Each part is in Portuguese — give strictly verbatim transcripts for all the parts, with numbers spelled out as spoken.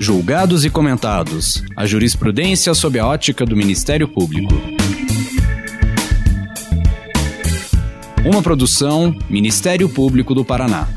Julgados e comentados. A jurisprudência sob a ótica do Ministério Público. Uma produção Ministério Público do Paraná.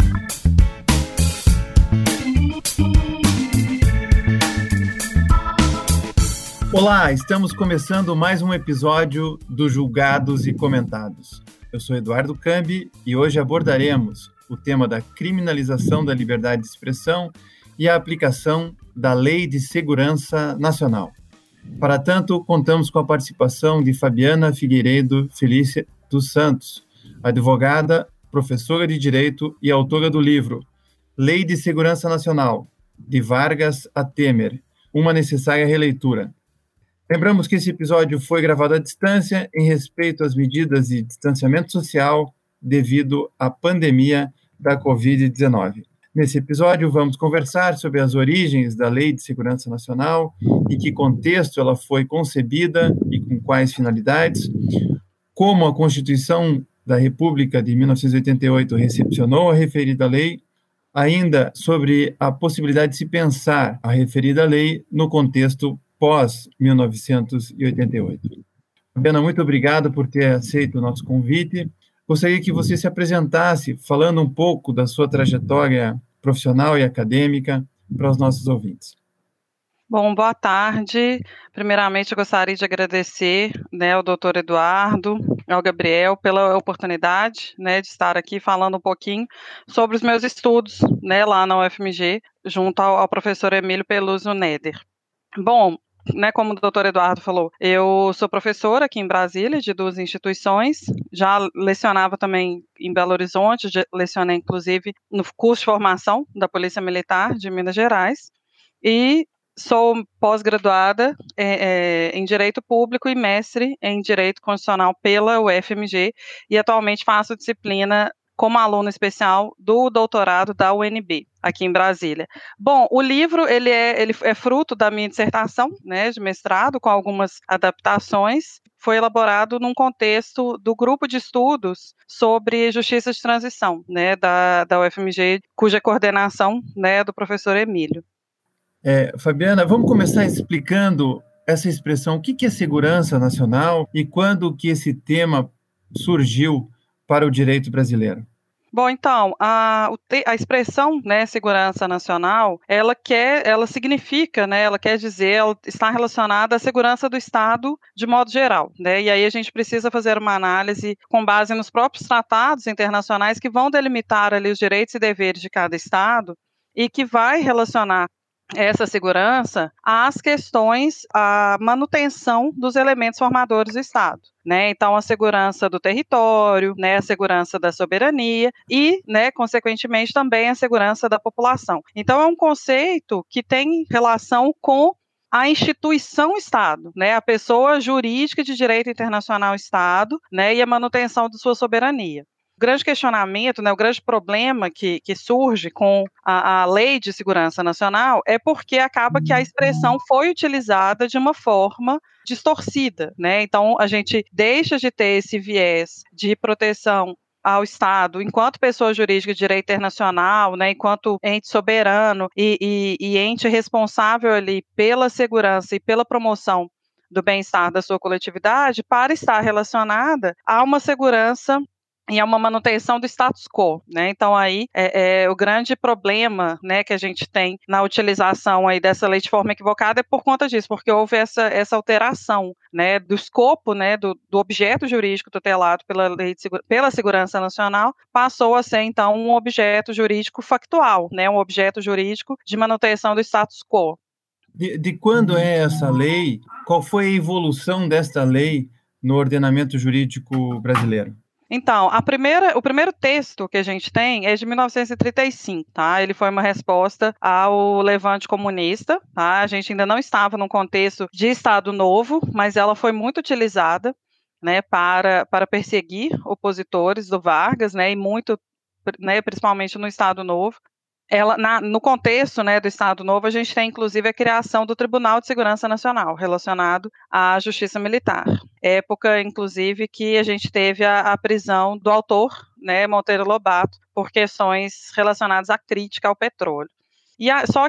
Olá, estamos começando mais um episódio do Julgados e Comentados. Eu sou Eduardo Cambi e hoje abordaremos o tema da criminalização da liberdade de expressão e a aplicação da Lei de Segurança Nacional. Para tanto, contamos com a participação de Fabiana Figueiredo Felícia dos Santos, advogada, professora de Direito e autora do livro Lei de Segurança Nacional, de Vargas a Temer, uma necessária releitura. Lembramos que esse episódio foi gravado à distância em respeito às medidas de distanciamento social devido à pandemia da covid dezenove. Nesse episódio, vamos conversar sobre as origens da Lei de Segurança Nacional, em que contexto ela foi concebida e com quais finalidades, como a Constituição da República de mil novecentos e oitenta e oito recepcionou a referida lei, ainda sobre a possibilidade de se pensar a referida lei no contexto pós mil novecentos e oitenta e oito. Fabiana, muito obrigado por ter aceito o nosso convite. Gostaria que você se apresentasse falando um pouco da sua trajetória profissional e acadêmica para os nossos ouvintes. Bom, boa tarde. Primeiramente, eu gostaria de agradecer, né, ao doutor Eduardo, ao Gabriel, pela oportunidade, né, de estar aqui falando um pouquinho sobre os meus estudos, né, lá na U F M G, junto ao, ao professor Emílio Peluso Neder. Bom, né, como o doutor Eduardo falou, eu sou professora aqui em Brasília de duas instituições, já lecionava também em Belo Horizonte, lecionei inclusive no curso de formação da Polícia Militar de Minas Gerais, e sou pós-graduada é, é, em Direito Público e mestre em Direito Constitucional pela U F M G, e atualmente faço disciplina como aluna especial do doutorado da U N B, aqui em Brasília. Bom, o livro ele é, ele é fruto da minha dissertação, né, de mestrado, com algumas adaptações. Foi elaborado num contexto do grupo de estudos sobre justiça de transição, né, da, da U F M G, cuja coordenação, né, é do professor Emílio. É, Fabiana, vamos começar explicando essa expressão, o que é segurança nacional e quando que esse tema surgiu para o direito brasileiro? Bom, então, a, a expressão, né, segurança nacional, ela quer, ela significa, né, ela quer dizer, ela está relacionada à segurança do Estado de modo geral, né, e aí a gente precisa fazer uma análise com base nos próprios tratados internacionais que vão delimitar ali os direitos e deveres de cada Estado e que vai relacionar essa segurança às questões, à manutenção dos elementos formadores do Estado, né? Então, a segurança do território, né, a segurança da soberania e, né, consequentemente, também a segurança da população. Então, é um conceito que tem relação com a instituição Estado, né, a pessoa jurídica de direito internacional Estado, né, e a manutenção de sua soberania. O grande questionamento, né, o grande problema que, que surge com a, a Lei de Segurança Nacional é porque acaba que a expressão foi utilizada de uma forma distorcida, né? Então, a gente deixa de ter esse viés de proteção ao Estado, enquanto pessoa jurídica de direito internacional, né, enquanto ente soberano e, e, e ente responsável ali pela segurança e pela promoção do bem-estar da sua coletividade, para estar relacionada a uma segurança e é uma manutenção do status quo, né? Então aí é, é, o grande problema, né, que a gente tem na utilização aí dessa lei de forma equivocada é por conta disso, porque houve essa, essa alteração, né, do escopo, né, do, do objeto jurídico tutelado pela lei de, pela segurança nacional, passou a ser então um objeto jurídico factual, né, um objeto jurídico de manutenção do status quo. De, de quando é essa lei? Qual foi a evolução desta lei no ordenamento jurídico brasileiro? Então, a primeira, o primeiro texto que a gente tem é de mil novecentos e trinta e cinco, tá? Ele foi uma resposta ao levante comunista, tá? A gente ainda não estava num contexto de Estado Novo, mas ela foi muito utilizada, né, para, para perseguir opositores do Vargas, né, e muito, né, principalmente no Estado Novo. Ela, na, no contexto, né, do Estado Novo, a gente tem inclusive a criação do Tribunal de Segurança Nacional, relacionado à Justiça Militar. Época, inclusive, que a gente teve a, a prisão do autor, né, Monteiro Lobato, por questões relacionadas à crítica ao petróleo. E a, só que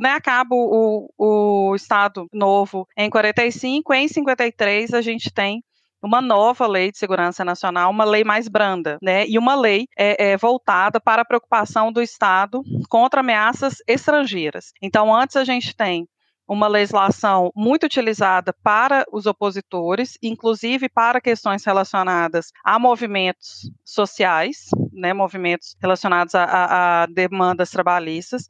né, acaba o, o Estado Novo em quarenta e cinco, em cinquenta e três a gente tem uma nova lei de segurança nacional, uma lei mais branda, né, e uma lei é, é, voltada para a preocupação do Estado contra ameaças estrangeiras. Então, antes a gente tem uma legislação muito utilizada para os opositores, inclusive para questões relacionadas a movimentos sociais, né, movimentos relacionados a, a, a demandas trabalhistas.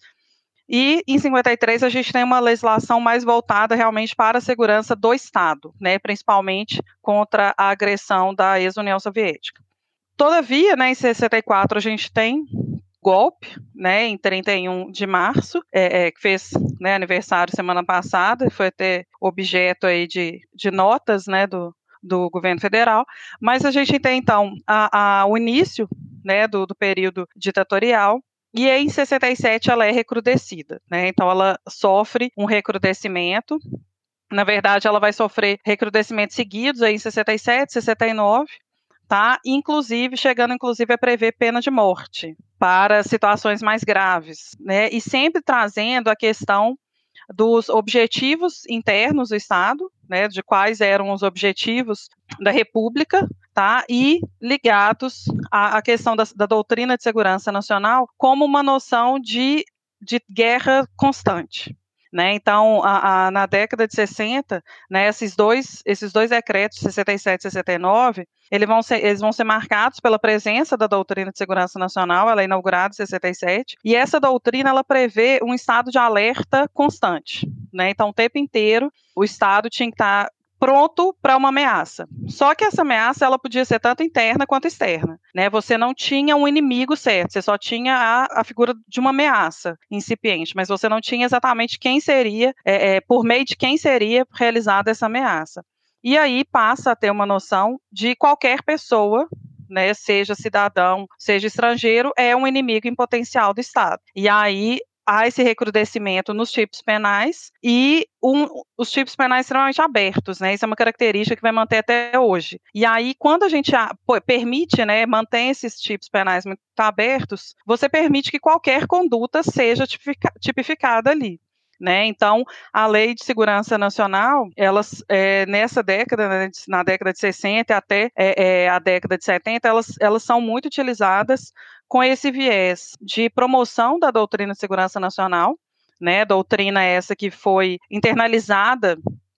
E em cinquenta e três a gente tem uma legislação mais voltada realmente para a segurança do Estado, né, principalmente contra a agressão da ex-União Soviética. Todavia, né, em sessenta e quatro a gente tem golpe, né, em trinta e um de março, é, é, que fez, né, aniversário semana passada, foi até objeto aí de, de notas, né, do, do governo federal, mas a gente tem então a, a, o início, né, do, do período ditatorial. E em sessenta e sete ela é recrudescida, né? Então ela sofre um recrudescimento. Na verdade, ela vai sofrer recrudescimentos seguidos aí em sessenta e sete, sessenta e nove, tá? Inclusive, chegando inclusive a prever pena de morte para situações mais graves, né? E sempre trazendo a questão dos objetivos internos do Estado, né, de quais eram os objetivos da República, tá, e ligados à, à questão da, da doutrina de segurança nacional como uma noção de, de guerra constante. Né, então, a, a, na década de sessenta, né, esses, dois, esses dois decretos, sessenta e sete e sessenta e nove, eles vão, ser, eles vão ser marcados pela presença da doutrina de segurança nacional. Ela é inaugurada em sessenta e sete, e essa doutrina ela prevê um estado de alerta constante. Né, então, o tempo inteiro, o Estado tinha que estar pronto para uma ameaça. Só que essa ameaça ela podia ser tanto interna quanto externa, né? Você não tinha um inimigo certo, você só tinha a, a figura de uma ameaça incipiente, mas você não tinha exatamente quem seria, é, é, por meio de quem seria realizada essa ameaça. E aí passa a ter uma noção de qualquer pessoa, né, seja cidadão, seja estrangeiro, é um inimigo em potencial do Estado. E aí há esse recrudescimento nos tipos penais e um, os tipos penais extremamente abertos, né? Isso é uma característica que vai manter até hoje. E aí, quando a gente a, pô, permite, né, mantém esses tipos penais muito abertos, você permite que qualquer conduta seja tipifica, tipificada ali. Né? Então, a Lei de Segurança Nacional, elas, é, nessa década, né, na década de sessenta até é, é, a década de setenta, elas, elas são muito utilizadas com esse viés de promoção da doutrina de segurança nacional, né, doutrina essa que foi internalizada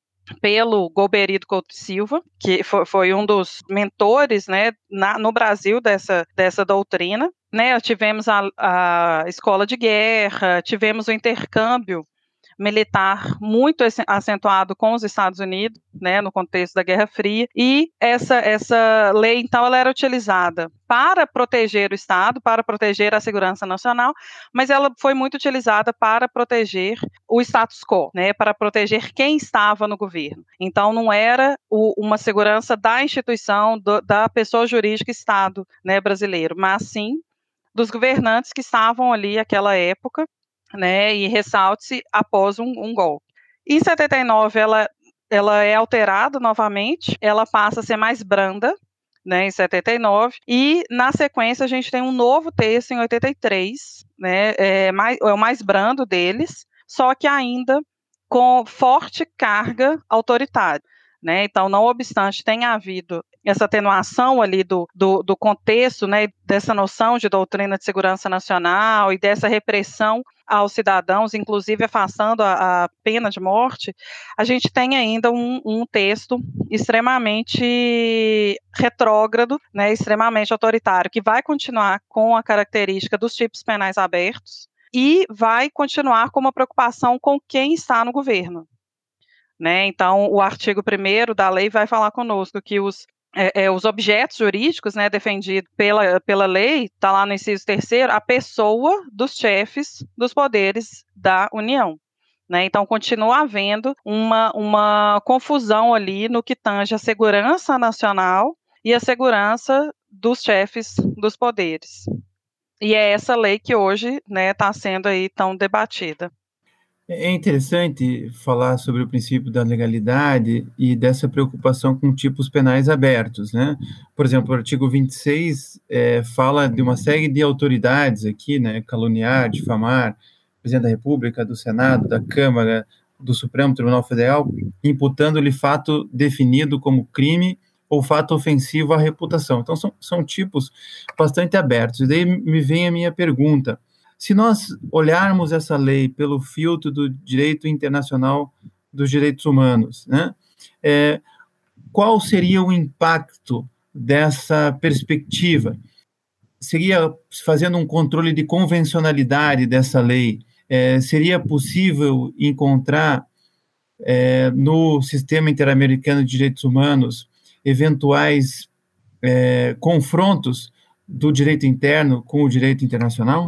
pelo Golbery Couto Silva, que foi, foi um dos mentores, né, na, no Brasil dessa, dessa doutrina. Né, tivemos a, a escola de guerra, tivemos o intercâmbio militar muito acentuado com os Estados Unidos, né, no contexto da Guerra Fria, e essa, essa lei, então, ela era utilizada para proteger o Estado, para proteger a segurança nacional, mas ela foi muito utilizada para proteger o status quo, né, para proteger quem estava no governo. Então, não era o, uma segurança da instituição, do, da pessoa jurídica Estado, né, brasileiro, mas sim dos governantes que estavam ali naquela época, né, e ressalte-se após um, um golpe. Em setenta e nove, ela, ela é alterada novamente, ela passa a ser mais branda, né, em setenta e nove, e na sequência a gente tem um novo texto em oitenta e três, né, é, mais, é o mais brando deles, só que ainda com forte carga autoritária. Né? Então, não obstante tenha havido essa atenuação ali do, do, do contexto, né, dessa noção de doutrina de segurança nacional e dessa repressão aos cidadãos, inclusive afastando a, a pena de morte, a gente tem ainda um, um texto extremamente retrógrado, né, extremamente autoritário, que vai continuar com a característica dos tipos penais abertos e vai continuar com uma preocupação com quem está no governo. Né? Então, o artigo primeiro da lei vai falar conosco que os, é, é, os objetos jurídicos, né, defendidos pela, pela lei, está lá no inciso terceiro, a pessoa dos chefes dos poderes da União. Né? Então, continua havendo uma, uma confusão ali no que tange a segurança nacional e a segurança dos chefes dos poderes. E é essa lei que hoje, né, está sendo aí tão debatida. É interessante falar sobre o princípio da legalidade e dessa preocupação com tipos penais abertos, né? Por exemplo, o artigo vinte e seis é, fala de uma série de autoridades aqui, né? Caluniar, difamar, presidente da República, do Senado, da Câmara, do Supremo Tribunal Federal, imputando-lhe fato definido como crime ou fato ofensivo à reputação. Então, são, são tipos bastante abertos. E daí me vem a minha pergunta. Se nós olharmos essa lei pelo filtro do direito internacional dos direitos humanos, né, é, qual seria o impacto dessa perspectiva? Seria fazendo um controle de convencionalidade dessa lei? É, seria possível encontrar é, no sistema interamericano de direitos humanos eventuais é, confrontos do direito interno com o direito internacional?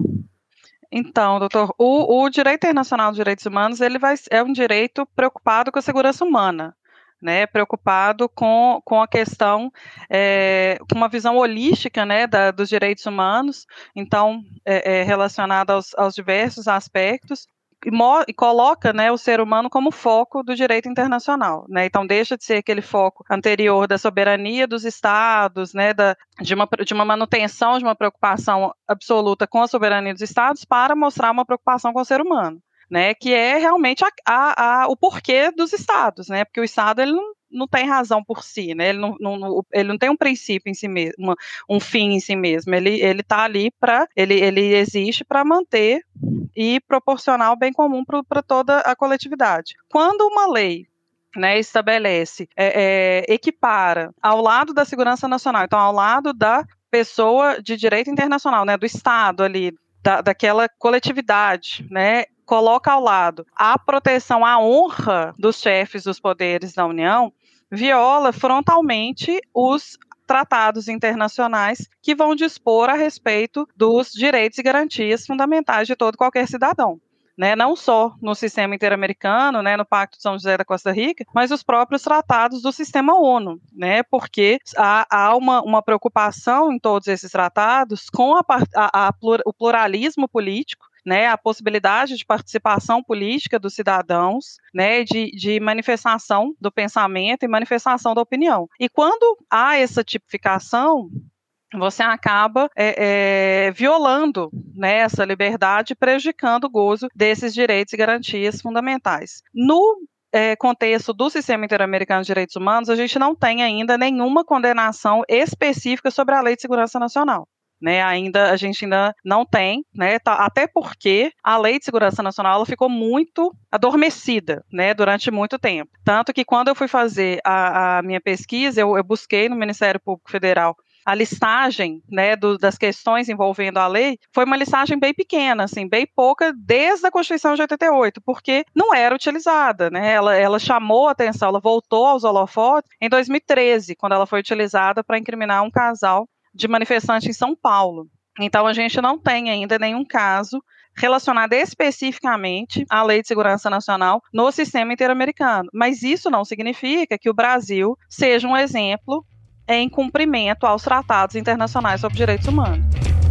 Então, doutor, o, o direito internacional dos direitos humanos ele vai, é um direito preocupado com a segurança humana, né, preocupado com, com a questão, é, com uma visão holística, né, da, dos direitos humanos, então, é, é, relacionada aos, aos diversos aspectos, e, mo, e coloca, né, o ser humano como foco do direito internacional, né, então deixa de ser aquele foco anterior da soberania dos estados, né, da, de, uma, de uma manutenção, de uma preocupação absoluta com a soberania dos estados, para mostrar uma preocupação com o ser humano, né, que é realmente a, a, a, o porquê dos estados, né, porque o estado ele não, não tem razão por si, né, ele não, não, ele não tem um princípio em si mesmo, uma, um fim em si mesmo, ele ele está ali para, ele, ele existe para manter e proporcionar o bem comum para toda a coletividade. Quando uma lei, né, estabelece, é, é, equipara ao lado da segurança nacional, então ao lado da pessoa de direito internacional, né, do Estado ali, da, daquela coletividade, né, coloca ao lado a proteção à honra dos chefes dos poderes da União, viola frontalmente os tratados internacionais que vão dispor a respeito dos direitos e garantias fundamentais de todo e qualquer cidadão. Né, não só no sistema interamericano, né, no Pacto de São José da Costa Rica, mas os próprios tratados do sistema ONU, né, porque há, há uma, uma preocupação em todos esses tratados com a, a, a, o pluralismo político, né, a possibilidade de participação política dos cidadãos, né, de, de manifestação do pensamento e manifestação da opinião. E quando há essa tipificação, você acaba é, é, violando, né, essa liberdade, prejudicando o gozo desses direitos e garantias fundamentais. No é, contexto do sistema interamericano de direitos humanos, a gente não tem ainda nenhuma condenação específica sobre a Lei de Segurança Nacional. Né, ainda a gente ainda não tem, né, tá, até porque a Lei de Segurança Nacional ela ficou muito adormecida, né, durante muito tempo. Tanto que quando eu fui fazer a, a minha pesquisa, eu, eu busquei no Ministério Público Federal a listagem, né, do, das questões envolvendo a lei, foi uma listagem bem pequena, assim, bem pouca, desde a Constituição de oitenta e oito, porque não era utilizada, né, ela, ela chamou a atenção, ela voltou aos holofotes em dois mil e treze, quando ela foi utilizada para incriminar um casal de manifestantes em São Paulo. Então, a gente não tem ainda nenhum caso relacionado especificamente à Lei de Segurança Nacional no sistema interamericano, mas isso não significa que o Brasil seja um exemplo em cumprimento aos tratados internacionais sobre direitos humanos.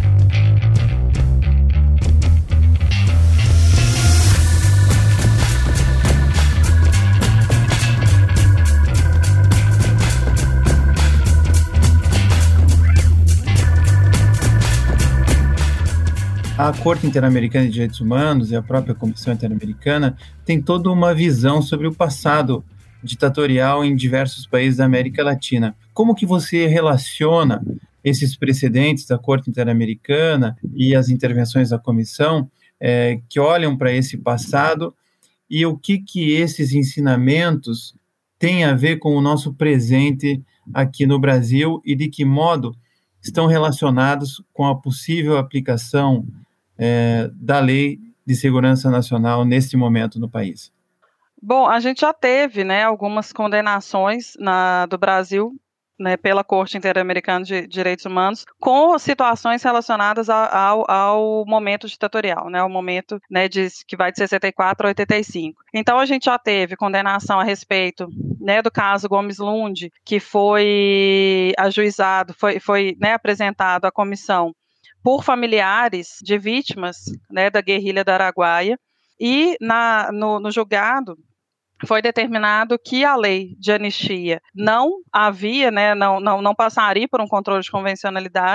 A Corte Interamericana de Direitos Humanos e a própria Comissão Interamericana tem toda uma visão sobre o passado ditatorial em diversos países da América Latina. Como que você relaciona esses precedentes da Corte Interamericana e as intervenções da Comissão é, que olham para esse passado e o que que esses ensinamentos têm a ver com o nosso presente aqui no Brasil e de que modo estão relacionados com a possível aplicação é, da Lei de Segurança Nacional neste momento no país? Bom, a gente já teve, né, algumas condenações na, do Brasil, né, pela Corte Interamericana de Direitos Humanos, com situações relacionadas ao, ao momento ditatorial, né, ao momento, né, de, que vai de sessenta e quatro a oitenta e cinco. Então, a gente já teve condenação a respeito, né, do caso Gomes Lund, que foi ajuizado, foi, foi né, apresentado à comissão por familiares de vítimas, né, da guerrilha do Araguaia, e na, no, no julgado foi determinado que a lei de anistia não havia, né, não, não, não passaria por um controle de convencionalidade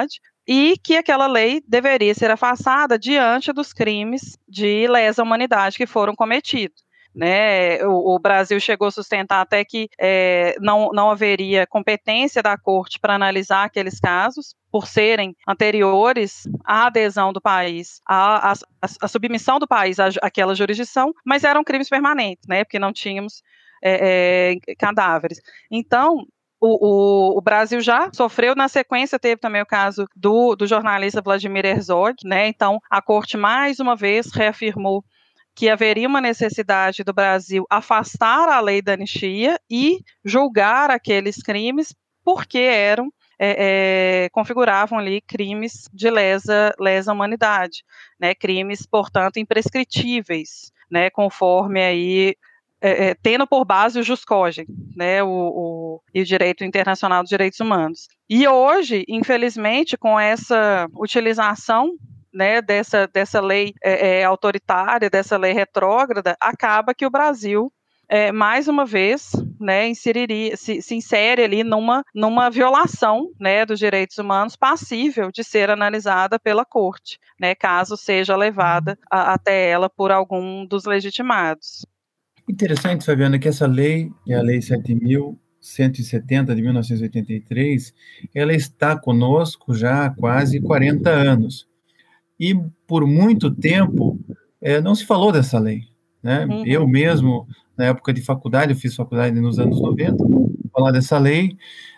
e que aquela lei deveria ser afastada diante dos crimes de lesa humanidade que foram cometidos. Né, o, o Brasil chegou a sustentar até que é, não, não haveria competência da corte para analisar aqueles casos, por serem anteriores à adesão do país, à, à, à submissão do país à, àquela jurisdição, mas eram crimes permanentes, né, porque não tínhamos é, é, cadáveres. Então, O, o, o Brasil já sofreu, na sequência teve também o caso do, do jornalista Vladimir Herzog, né, então a corte mais uma vez reafirmou que haveria uma necessidade do Brasil afastar a lei da anistia e julgar aqueles crimes porque eram, é, é, configuravam ali crimes de lesa, lesa humanidade, né, crimes, portanto, imprescritíveis, né, conforme aí, é, é, tendo por base o jus cogens, né, o, o, e o direito internacional dos direitos humanos. E hoje, infelizmente, com essa utilização, né, dessa, dessa lei é, é, autoritária, dessa lei retrógrada, acaba que o Brasil, é, mais uma vez, né, inseriria, se, se insere ali numa, numa violação, né, dos direitos humanos passível de ser analisada pela corte, né, caso seja levada a, até ela por algum dos legitimados. Interessante, Fabiana, que essa lei, é a Lei sete mil cento e setenta de mil novecentos e oitenta e três, ela está conosco já há quase quarenta anos. E, por muito tempo, é, não se falou dessa lei. Né? Uhum. Eu mesmo, na época de faculdade, eu fiz faculdade nos anos noventa, falar dessa lei,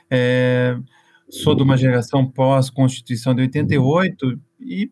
é, sou de uma geração pós-Constituição de oitenta e oito, e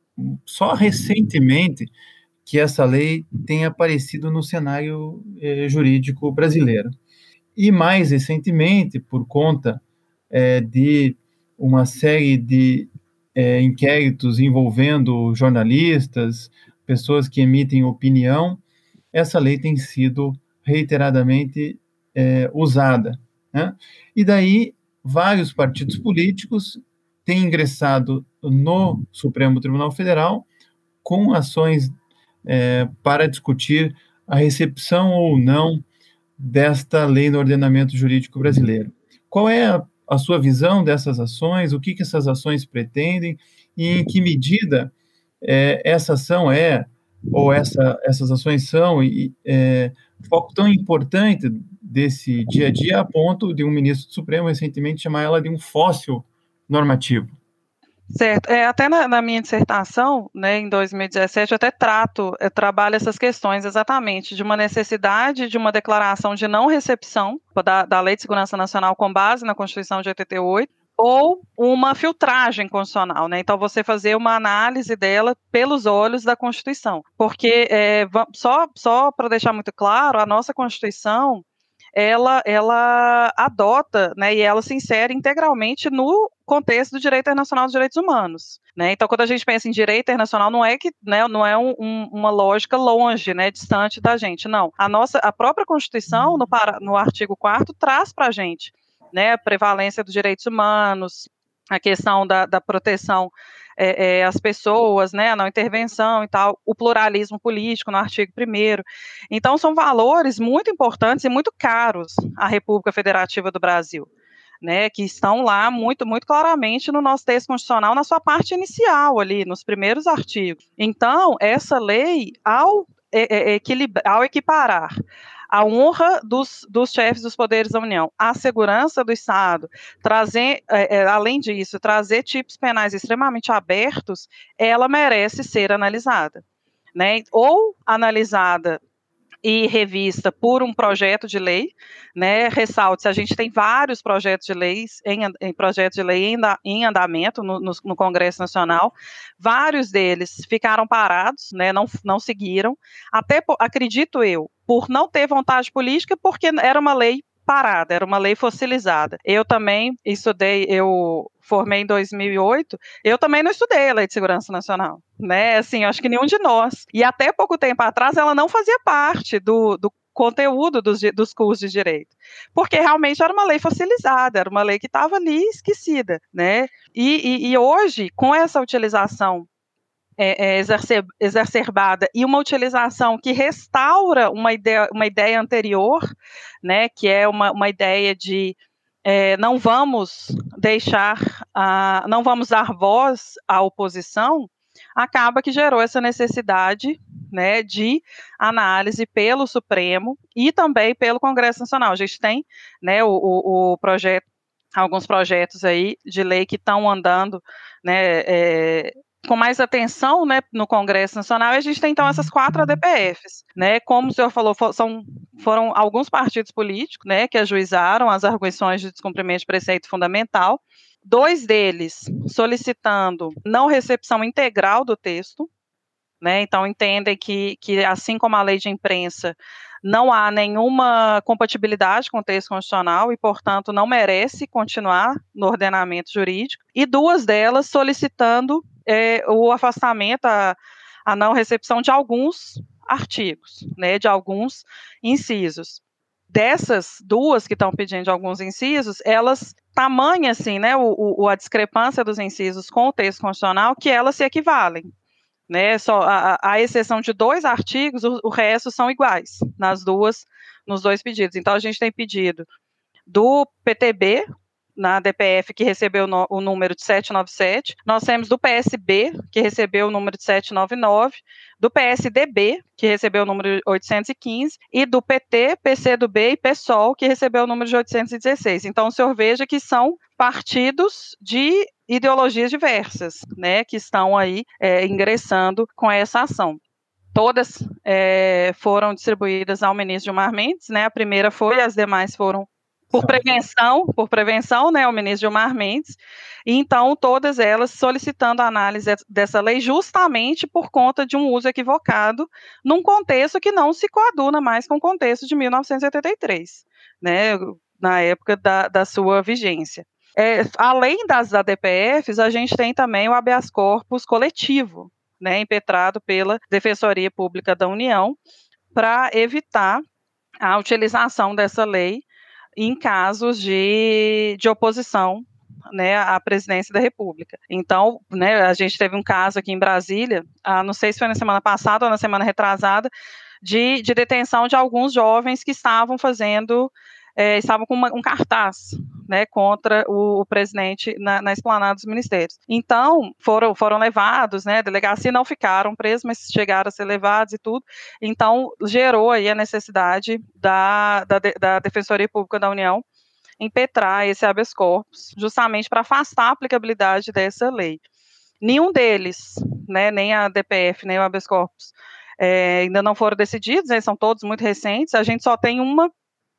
só recentemente que essa lei tem aparecido no cenário é, jurídico brasileiro. E, mais recentemente, por conta é, de uma série de É, inquéritos envolvendo jornalistas, pessoas que emitem opinião, essa lei tem sido reiteradamente é, usada. Né? E daí, vários partidos políticos têm ingressado no Supremo Tribunal Federal com ações é, para discutir a recepção ou não desta lei no ordenamento jurídico brasileiro. Qual é a a sua visão dessas ações, o que, que essas ações pretendem e em que medida é, essa ação é, ou essa, essas ações são, e é, foco tão importante desse dia a dia a ponto de um ministro do Supremo recentemente chamar ela de um fóssil normativo. Certo, é, até na, na minha dissertação, né, em dois mil e dezessete, eu até trato, eu trabalho essas questões exatamente de uma necessidade de uma declaração de não recepção da, da Lei de Segurança Nacional com base na Constituição de oitenta e oito, ou uma filtragem constitucional, né? Então você fazer uma análise dela pelos olhos da Constituição, porque é, só, só para deixar muito claro, a nossa Constituição ela, ela adota, né, e ela se insere integralmente no contexto do direito internacional dos direitos humanos. Né? Então, quando a gente pensa em direito internacional, não é que, né, não é um, um, uma lógica longe, né, distante da gente, não. A nossa, a própria Constituição, no, no artigo quarto, traz para a gente, né, a prevalência dos direitos humanos, a questão da, da proteção é, é, às pessoas, né, a não intervenção e tal, o pluralismo político no artigo primeiro. Então, são valores muito importantes e muito caros à República Federativa do Brasil, né, que estão lá muito, muito claramente no nosso texto constitucional, na sua parte inicial ali, nos primeiros artigos. Então, essa lei, ao, é, é, equilibrar, ao equiparar a honra dos, dos chefes dos poderes da União, a segurança do Estado, trazer, é, é, além disso, trazer tipos penais extremamente abertos, ela merece ser analisada, né? Ou analisada e revista por um projeto de lei, né? Ressalte-se, a gente tem vários projetos de leis em, em projetos de lei em, em andamento no, no, no Congresso Nacional, vários deles ficaram parados, né? Não, não seguiram, até, acredito eu, por não ter vontade política, porque era uma lei parada, era uma lei fossilizada. Eu também estudei, eu formei em dois mil e oito, eu também não estudei a Lei de Segurança Nacional, né, assim, acho que nenhum de nós. E até pouco tempo atrás ela não fazia parte do, do conteúdo dos, dos cursos de direito, porque realmente era uma lei fossilizada, era uma lei que estava ali esquecida, né, e, e, e hoje, com essa utilização É, é, exacerbada e uma utilização que restaura uma ideia, uma ideia anterior, né, que é uma, uma ideia de é, não vamos deixar, a, não vamos dar voz à oposição, acaba que gerou essa necessidade, né, de análise pelo Supremo e também pelo Congresso Nacional. A gente tem, né, o, o, o projeto, alguns projetos aí de lei que estão andando, né, é, com mais atenção, né, no Congresso Nacional, e a gente tem, então, essas quatro A D P Fs, né, como o senhor falou, for, são, foram alguns partidos políticos, né, que ajuizaram as arguições de descumprimento de preceito fundamental, dois deles solicitando não recepção integral do texto, né, então entendem que, que, assim como a lei de imprensa, não há nenhuma compatibilidade com o texto constitucional e, portanto, não merece continuar no ordenamento jurídico, e duas delas solicitando é, o afastamento, a, a não recepção de alguns artigos, né, de alguns incisos. Dessas duas que estão pedindo de alguns incisos, elas, tamanha assim, né, o, o, a discrepância dos incisos com o texto constitucional, que elas se equivalem. Né, só a, a exceção de dois artigos, o, o resto são iguais nas duas, nos dois pedidos. Então a gente tem pedido do P T B, na D P F, que recebeu no, o número de setecentos e noventa e sete, nós temos do P S B, que recebeu o número de setecentos e noventa e nove, do P S D B, que recebeu o número de oitocentos e quinze, e do P T, P C do B e PSOL, que recebeu o número de oitocentos e dezesseis. Então o senhor veja que são partidos de ideologias diversas, né, que estão aí é, ingressando com essa ação. Todas é, foram distribuídas ao ministro Gilmar Mendes, né, a primeira foi, as demais foram por prevenção, por prevenção, né, o ministro Gilmar Mendes, e então todas elas solicitando a análise dessa lei justamente por conta de um uso equivocado num contexto que não se coaduna mais com o contexto de mil novecentos e oitenta e três, né, na época da, da sua vigência. É, além das A D P Fs, a gente tem também o habeas corpus coletivo, né, impetrado pela Defensoria Pública da União, para evitar a utilização dessa lei em casos de, de oposição, né, à presidência da República. Então, né, a gente teve um caso aqui em Brasília, ah, não sei se foi na semana passada ou na semana retrasada, de, de detenção de alguns jovens que estavam fazendo, é, estavam com uma, um cartaz, né, contra o, o presidente na, na esplanada dos ministérios. Então, foram, foram levados, né, a delegacia não ficaram presos, mas chegaram a ser levados e tudo. Então, gerou aí a necessidade da, da, da Defensoria Pública da União impetrar esse habeas corpus, justamente para afastar a aplicabilidade dessa lei. Nenhum deles, né, nem a D P F, nem o habeas corpus, é, ainda não foram decididos, né, são todos muito recentes, a gente só tem uma,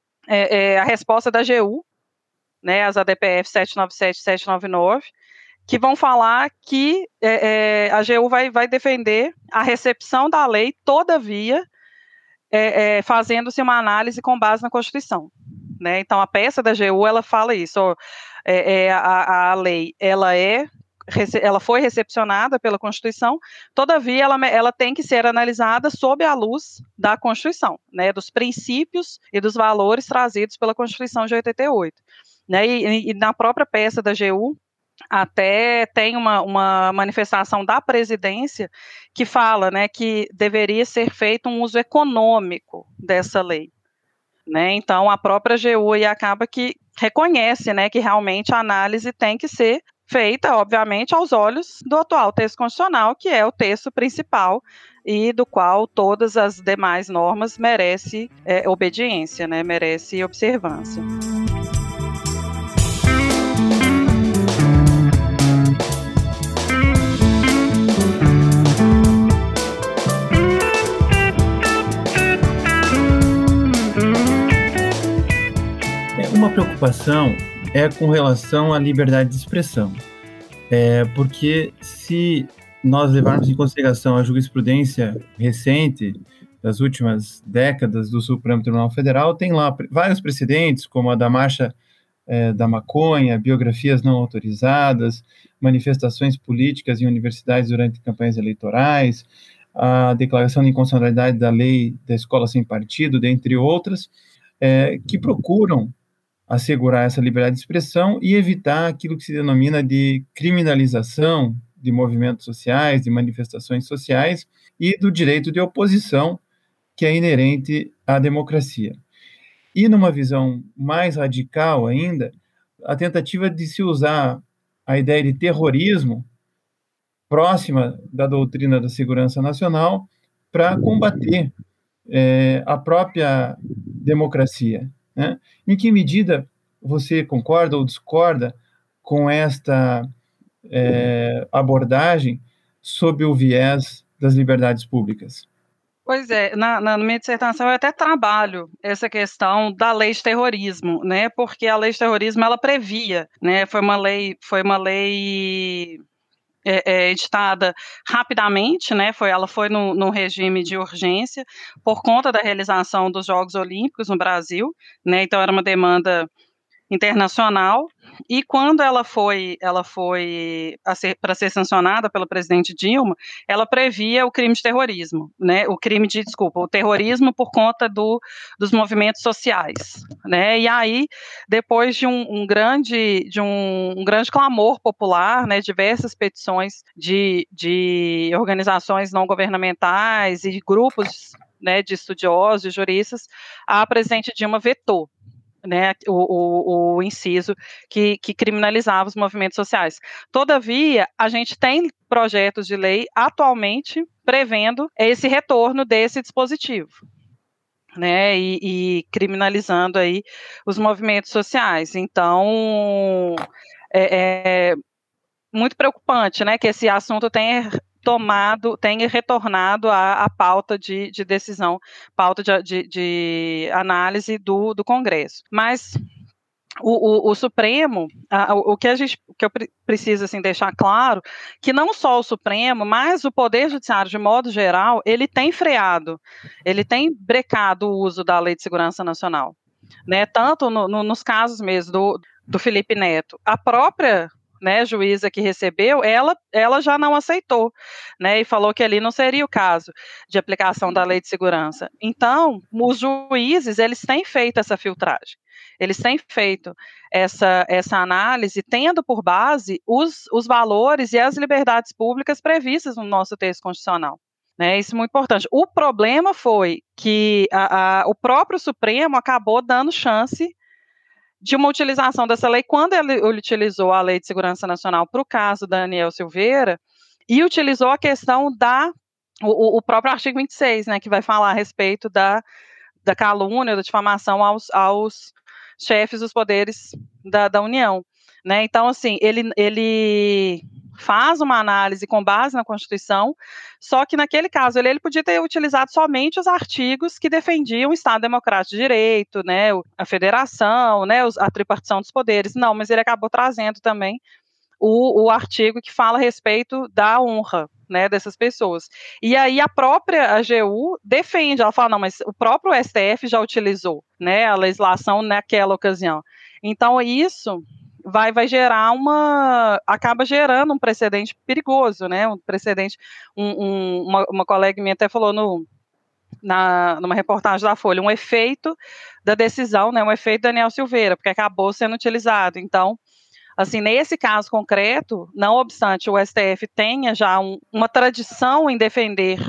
é, é, a resposta da A G U, né, as A D P F setecentos e noventa e sete e setecentos e noventa e nove, que vão falar que é, é, a A G U vai, vai defender a recepção da lei, todavia, é, é, fazendo-se uma análise com base na Constituição. Né? Então, a peça da A G U, ela fala isso, ó, é, é, a, a lei, ela é ela foi recepcionada pela Constituição, todavia ela, ela tem que ser analisada sob a luz da Constituição, né, dos princípios e dos valores trazidos pela Constituição de oitenta e oito. Né, e, e na própria peça da A G U, até tem uma, uma manifestação da presidência que fala, né, que deveria ser feito um uso econômico dessa lei. Né, então, a própria A G U aí acaba que reconhece, né, que realmente a análise tem que ser feita, obviamente, aos olhos do atual texto constitucional, que é o texto principal e do qual todas as demais normas merecem é, obediência, né, merecem observância. Uma preocupação é com relação à liberdade de expressão, é, porque se nós levarmos em consideração a jurisprudência recente das últimas décadas do Supremo Tribunal Federal, tem lá vários precedentes, como a da marcha é, da maconha, biografias não autorizadas, manifestações políticas em universidades durante campanhas eleitorais, a declaração de inconstitucionalidade da lei da escola sem partido, dentre outras, é, que procuram assegurar essa liberdade de expressão e evitar aquilo que se denomina de criminalização de movimentos sociais, de manifestações sociais e do direito de oposição que é inerente à democracia. E numa visão mais radical ainda, a tentativa de se usar a ideia de terrorismo próxima da doutrina da segurança nacional para combater é, a própria democracia, né? Em que medida você concorda ou discorda com esta é, abordagem sob o viés das liberdades públicas? Pois é, na, na minha dissertação eu até trabalho essa questão da lei de terrorismo, né? Porque a lei de terrorismo ela previa, né? Foi uma lei, foi uma lei é, é, editada rapidamente, né? Foi, ela foi no, no regime de urgência por conta da realização dos Jogos Olímpicos no Brasil, né? Então era uma demanda internacional, e quando ela foi, ela foi para ser sancionada pela presidente Dilma, ela previa o crime de terrorismo, né, o crime de, desculpa, o terrorismo por conta do, dos movimentos sociais, né, e aí, depois de um, um grande, de um, um grande clamor popular, né, diversas petições de, de organizações não governamentais e grupos, né, de estudiosos, de juristas, a presidente Dilma vetou, né, o, o, o inciso que, que criminalizava os movimentos sociais. Todavia, a gente tem projetos de lei atualmente prevendo esse retorno desse dispositivo, né, e, e criminalizando aí os movimentos sociais. Então, é, é muito preocupante, né, que esse assunto tenha tomado, tenha retornado à, à pauta de, de decisão, pauta de, de, de análise do, do Congresso. Mas o, o, o Supremo, a, o que a gente, o que eu pre, preciso assim, deixar claro, que não só o Supremo, mas o Poder Judiciário, de modo geral, ele tem freado, ele tem brecado o uso da Lei de Segurança Nacional, né, tanto no, no, nos casos mesmo do, do Felipe Neto, a própria, né, juíza que recebeu, ela, ela já não aceitou, né, e falou que ali não seria o caso de aplicação da lei de segurança. Então, os juízes, eles têm feito essa filtragem, eles têm feito essa, essa análise, tendo por base os, os valores e as liberdades públicas previstas no nosso texto constitucional. Né, isso é muito importante. O problema foi que a, a, o próprio Supremo acabou dando chance de uma utilização dessa lei, quando ele, ele utilizou a Lei de Segurança Nacional para o caso da Daniel Silveira, e utilizou a questão da, o, o próprio artigo vinte e seis, né, que vai falar a respeito da, da calúnia, da difamação aos, aos chefes dos poderes da, da União, né, então, assim, ele, ele faz uma análise com base na Constituição, só que naquele caso ele, ele podia ter utilizado somente os artigos que defendiam o Estado Democrático de Direito, né, a federação, né, a tripartição dos poderes, não, mas ele acabou trazendo também o, o artigo que fala a respeito da honra, né, dessas pessoas. E aí a própria A G U defende, ela fala, não, mas o próprio S T F já utilizou, né, a legislação naquela ocasião. Então isso vai, vai gerar uma, acaba gerando um precedente perigoso, né, um precedente, um, um, uma, uma colega minha até falou no, na, numa reportagem da Folha, um efeito da decisão, né, um efeito Daniel Silveira, porque acabou sendo utilizado. Então, assim, nesse caso concreto, não obstante o S T F tenha já um, uma tradição em defender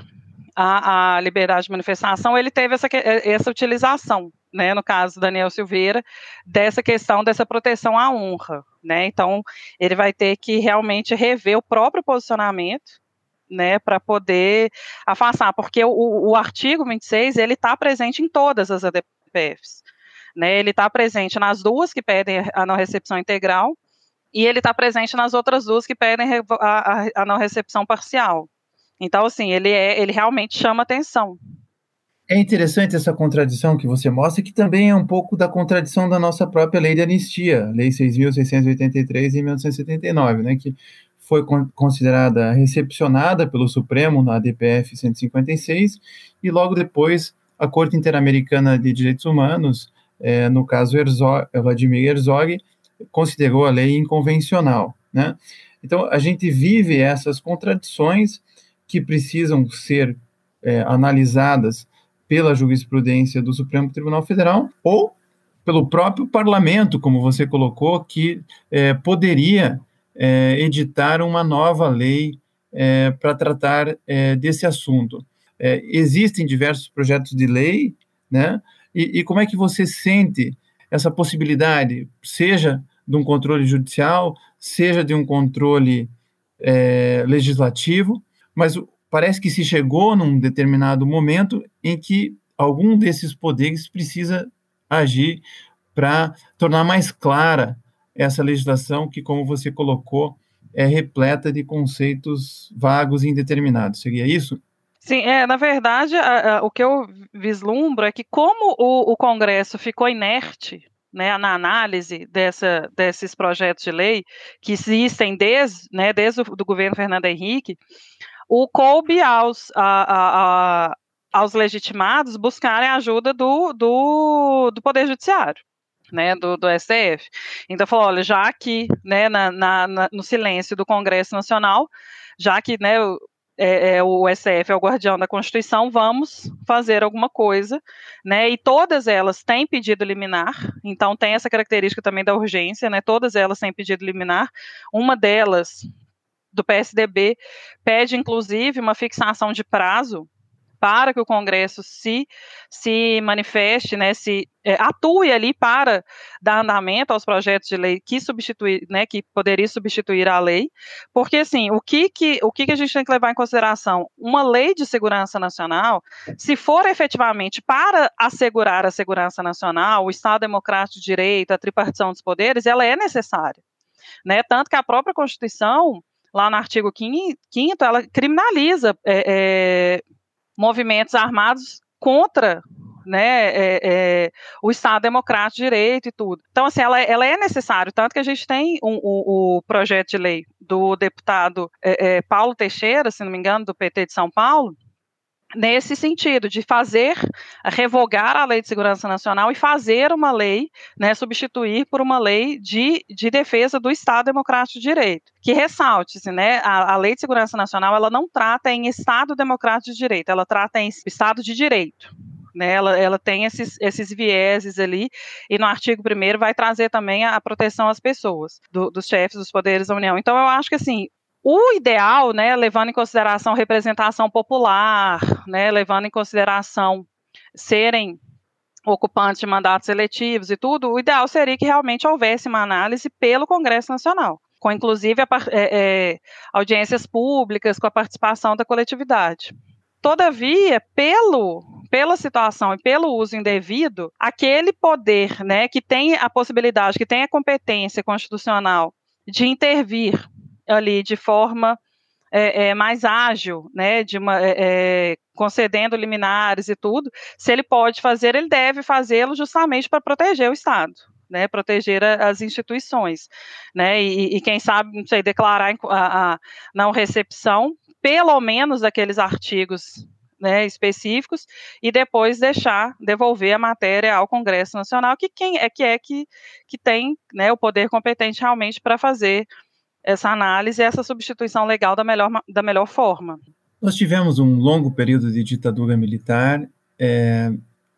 a, a liberdade de manifestação, ele teve essa, essa utilização, né, no caso Daniel Silveira, dessa questão dessa proteção à honra, né, então ele vai ter que realmente rever o próprio posicionamento, né, para poder afastar, porque o, o artigo vinte e seis, ele está presente em todas as A D P Fs, né, ele está presente nas duas que pedem a não recepção integral, e ele está presente nas outras duas que pedem a, a, a não recepção parcial. Então, assim, ele, é, ele realmente chama atenção. É interessante essa contradição que você mostra, que também é um pouco da contradição da nossa própria lei de anistia, Lei seis mil seiscentos e oitenta e três, de mil novecentos e setenta e nove, né, que foi considerada recepcionada pelo Supremo na A D P F cento e cinquenta e seis, e logo depois a Corte Interamericana de Direitos Humanos, é, no caso Herzog, Vladimir Herzog, considerou a lei inconvencional, né? Então, a gente vive essas contradições que precisam ser é, analisadas pela jurisprudência do Supremo Tribunal Federal ou pelo próprio parlamento, como você colocou, que é, poderia é, editar uma nova lei é, para tratar é, desse assunto. É, existem diversos projetos de lei, né? E, e como é que você sente essa possibilidade, seja de um controle judicial, seja de um controle é, legislativo, mas parece que se chegou num determinado momento em que algum desses poderes precisa agir para tornar mais clara essa legislação que, como você colocou, é repleta de conceitos vagos e indeterminados. Seria isso? Sim, é, na verdade, a, a, o que eu vislumbro é que como o, o Congresso ficou inerte, né, na análise dessa, desses projetos de lei, que existem desde, né, desde o do governo Fernando Henrique, o coube aos, a, a, a, aos legitimados buscarem a ajuda do, do, do Poder Judiciário, né, do, do S T F. Então, falou, olha, já aqui, né, na, na, no silêncio do Congresso Nacional, já que, né, É, é, o S T F é o guardião da Constituição, vamos fazer alguma coisa, né, e todas elas têm pedido liminar, então tem essa característica também da urgência, né, todas elas têm pedido liminar, uma delas, do P S D B, pede inclusive uma fixação de prazo para que o Congresso se, se manifeste, né, se é, atue ali para dar andamento aos projetos de lei que substituir, né, que poderia substituir a lei, porque assim, o que que, o que que a gente tem que levar em consideração? Uma lei de segurança nacional, se for efetivamente para assegurar a segurança nacional, o Estado democrático de direito, a tripartição dos poderes, ela é necessária, né, tanto que a própria Constituição, lá no artigo quinto, ela criminaliza é, é, movimentos armados contra, né, é, é, o Estado Democrático de Direito e tudo. Então, assim, ela, ela é necessária, tanto que a gente tem o um, um, um projeto de lei do deputado é, é, Paulo Teixeira, se não me engano, do P T de São Paulo, nesse sentido, de fazer, revogar a Lei de Segurança Nacional e fazer uma lei, né, substituir por uma lei de, de defesa do Estado Democrático de Direito. Que ressalte-se, né, a, a Lei de Segurança Nacional, ela não trata em Estado Democrático de Direito, ela trata em Estado de Direito. Né, ela, ela tem esses, esses vieses ali, e no artigo primeiro vai trazer também a, a proteção às pessoas, do, dos chefes dos poderes da União. Então, eu acho que, assim, o ideal, né, levando em consideração representação popular, né, levando em consideração serem ocupantes de mandatos eletivos e tudo, o ideal seria que realmente houvesse uma análise pelo Congresso Nacional, com inclusive a, é, é, audiências públicas, com a participação da coletividade. Todavia, pelo, pela situação e pelo uso indevido, aquele poder, né, que tem a possibilidade, que tem a competência constitucional de intervir ali de forma é, é, mais ágil, né, de uma, é, concedendo liminares e tudo, se ele pode fazer, ele deve fazê-lo justamente para proteger o Estado, né, proteger a, as instituições, né, e, e quem sabe, não sei, declarar a, a não recepção, pelo menos daqueles artigos, né, específicos, e depois deixar, devolver a matéria ao Congresso Nacional, que quem é que é que, que tem, né, o poder competente realmente para fazer essa análise e essa substituição legal da melhor, da melhor forma. Nós tivemos um longo período de ditadura militar, é,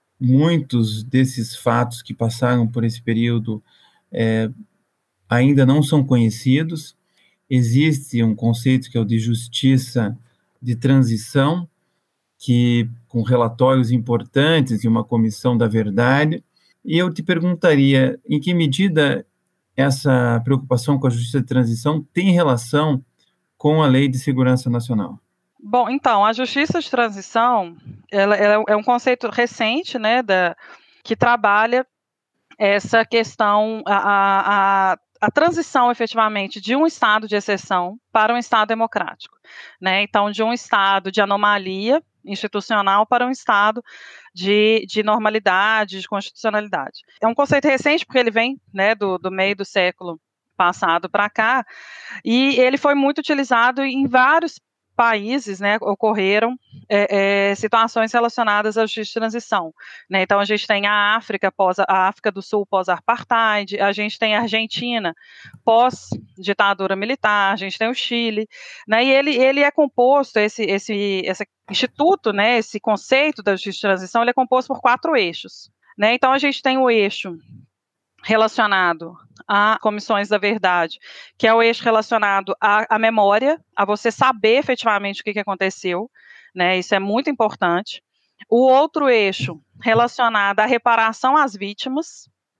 muitos desses fatos que passaram por esse período é, ainda não são conhecidos. Existe um conceito que é o de justiça de transição, que com relatórios importantes e uma comissão da verdade, e eu te perguntaria, em que medida essa preocupação com a justiça de transição tem relação com a Lei de Segurança Nacional? Bom, então, a justiça de transição, ela, ela é um conceito recente, né, da, que trabalha essa questão, a, a, a transição, efetivamente, de um estado de exceção para um estado democrático, né, então, de um estado de anomalia institucional para um estado de, de normalidade, de constitucionalidade. É um conceito recente, porque ele vem, né, do, do meio do século passado para cá, e ele foi muito utilizado em vários países, né, ocorreram é, é, situações relacionadas à justiça de transição, né, então a gente tem a África, pós, a África do Sul pós-apartheid, a gente tem a Argentina pós-ditadura militar, a gente tem o Chile, né, e ele, ele é composto, esse, esse, esse instituto, né, esse conceito da justiça de transição, ele é composto por quatro eixos, né, então a gente tem o eixo relacionado a comissões da verdade, que é o eixo relacionado à, à memória, a você saber efetivamente o que, que aconteceu, né, isso é muito importante. O outro eixo relacionado à reparação às vítimas,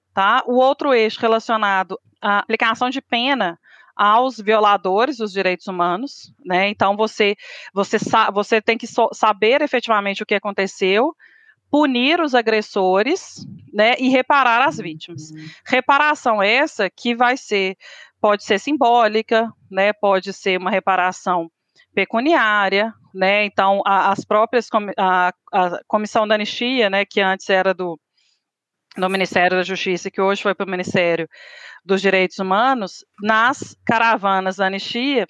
tá? O outro eixo relacionado à aplicação de pena aos violadores dos direitos humanos, né? Então você você você tem que so, saber efetivamente o que aconteceu, punir os agressores, né, e reparar as vítimas. Reparação essa que vai ser, pode ser simbólica, né, pode ser uma reparação pecuniária, né, então a, as próprias, a, a Comissão da Anistia, né, que antes era do, do Ministério da Justiça, que hoje foi para o Ministério dos Direitos Humanos, nas caravanas da anistia,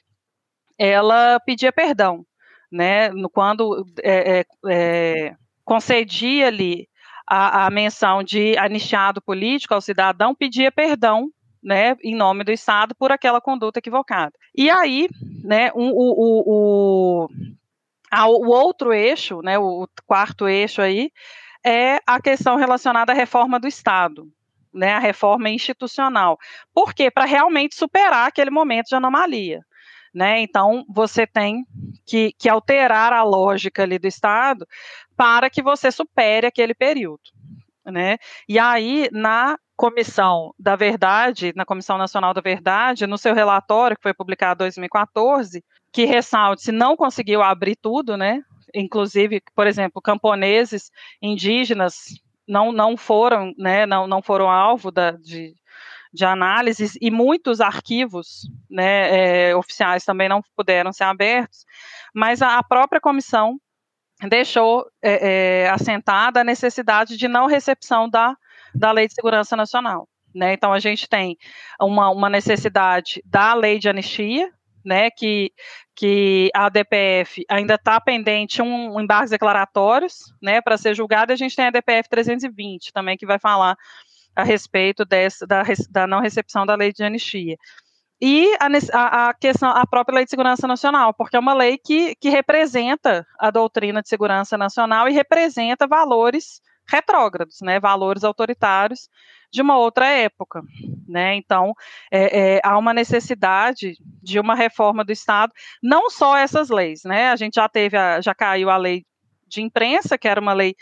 ela pedia perdão, né, quando é, é, concedia-lhe a, a menção de anistiado político ao cidadão, pedia perdão, né, em nome do Estado por aquela conduta equivocada. E aí, né, um, o, o, o, a, o outro eixo, né, o quarto eixo aí, é a questão relacionada à reforma do Estado, né, a reforma institucional. Por quê? Para realmente superar aquele momento de anomalia. Né? Então, você tem que, que alterar a lógica ali do Estado para que você supere aquele período. Né? E aí, na Comissão da Verdade, na Comissão Nacional da Verdade, no seu relatório, que foi publicado em dois mil e quatorze, que ressalte se não conseguiu abrir tudo, né? Inclusive, por exemplo, camponeses, indígenas, não, não foram, né, não, não foram alvo da, de, de análises, e muitos arquivos, né, é, oficiais também não puderam ser abertos, mas a, a própria comissão deixou é, é, assentada a necessidade de não recepção da, da Lei de Segurança Nacional. Né? Então, a gente tem uma, uma necessidade da Lei de Anistia, né, que, que a D P F ainda está pendente um, um embargos declaratórios, né, para ser julgado, e a gente tem a D P F trezentos e vinte também, que vai falar a respeito dessa, da, da não recepção da Lei de Anistia. E a, a, questão, a própria Lei de Segurança Nacional, porque é uma lei que, que representa a doutrina de segurança nacional e representa valores retrógrados, né, valores autoritários de uma outra época, né, então é, é, há uma necessidade de uma reforma do Estado, não só essas leis, né, a gente já teve, a, já caiu a lei de imprensa, que era uma lei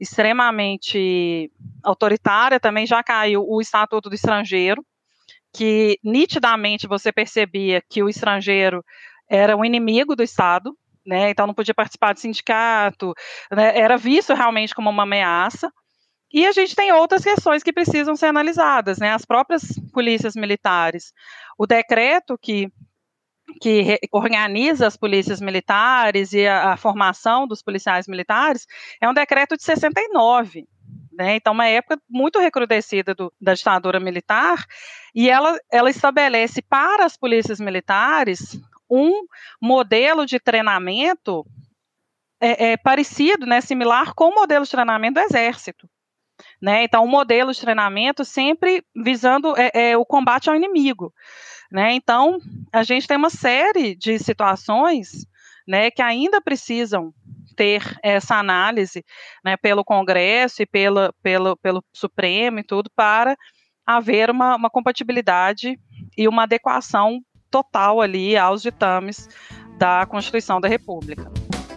extremamente autoritária, também já caiu o Estatuto do Estrangeiro, que nitidamente você percebia que o estrangeiro era um inimigo do Estado, né, então não podia participar de sindicato, né, era visto realmente como uma ameaça. E a gente tem outras questões que precisam ser analisadas, né, as próprias polícias militares, o decreto que, que organiza as polícias militares e a, a formação dos policiais militares é um decreto de sessenta e nove, né, então uma época muito recrudescida do, da ditadura militar, e ela, ela estabelece para as polícias militares um modelo de treinamento é, é, parecido, né, similar com o modelo de treinamento do Exército. Né, então, um modelo de treinamento sempre visando é, é, o combate ao inimigo. Né, então, a gente tem uma série de situações, né, que ainda precisam ter essa análise, né, pelo Congresso e pela, pelo, pelo Supremo e tudo, para haver uma, uma compatibilidade e uma adequação total ali aos ditames da Constituição da República.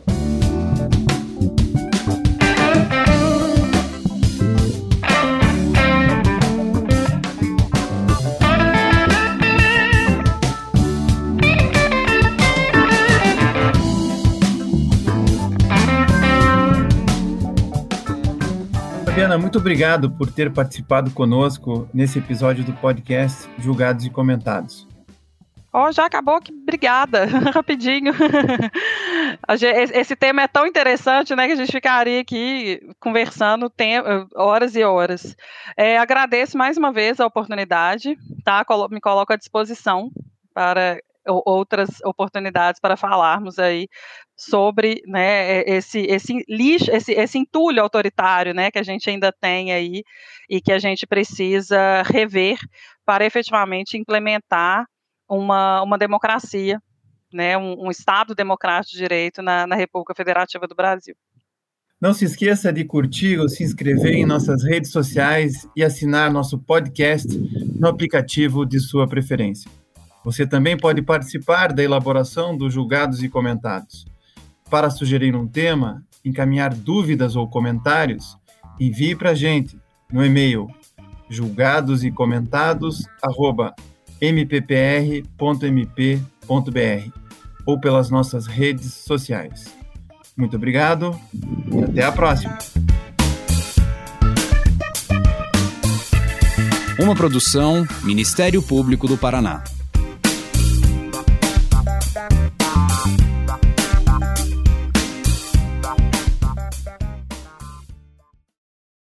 Fabiana, muito obrigado por ter participado conosco nesse episódio do podcast Julgados e Comentados. Oh, já acabou? Que obrigada, rapidinho. Esse tema é tão interessante, né, que a gente ficaria aqui conversando tem, horas e horas. É, agradeço mais uma vez a oportunidade, tá? Me coloco à disposição para outras oportunidades para falarmos aí sobre, né, esse, esse lixo, esse, esse entulho autoritário, né, que a gente ainda tem aí e que a gente precisa rever para efetivamente implementar uma, uma democracia, né, um, um Estado democrático de direito na, na República Federativa do Brasil. Não se esqueça de curtir ou se inscrever em nossas redes sociais e assinar nosso podcast no aplicativo de sua preferência. Você também pode participar da elaboração dos Julgados e Comentados. Para sugerir um tema, encaminhar dúvidas ou comentários, envie para a gente no e-mail julgados e comentados arroba m p p r ponto m p ponto b r ou pelas nossas redes sociais. Muito obrigado e até a próxima. Uma produção Ministério Público do Paraná.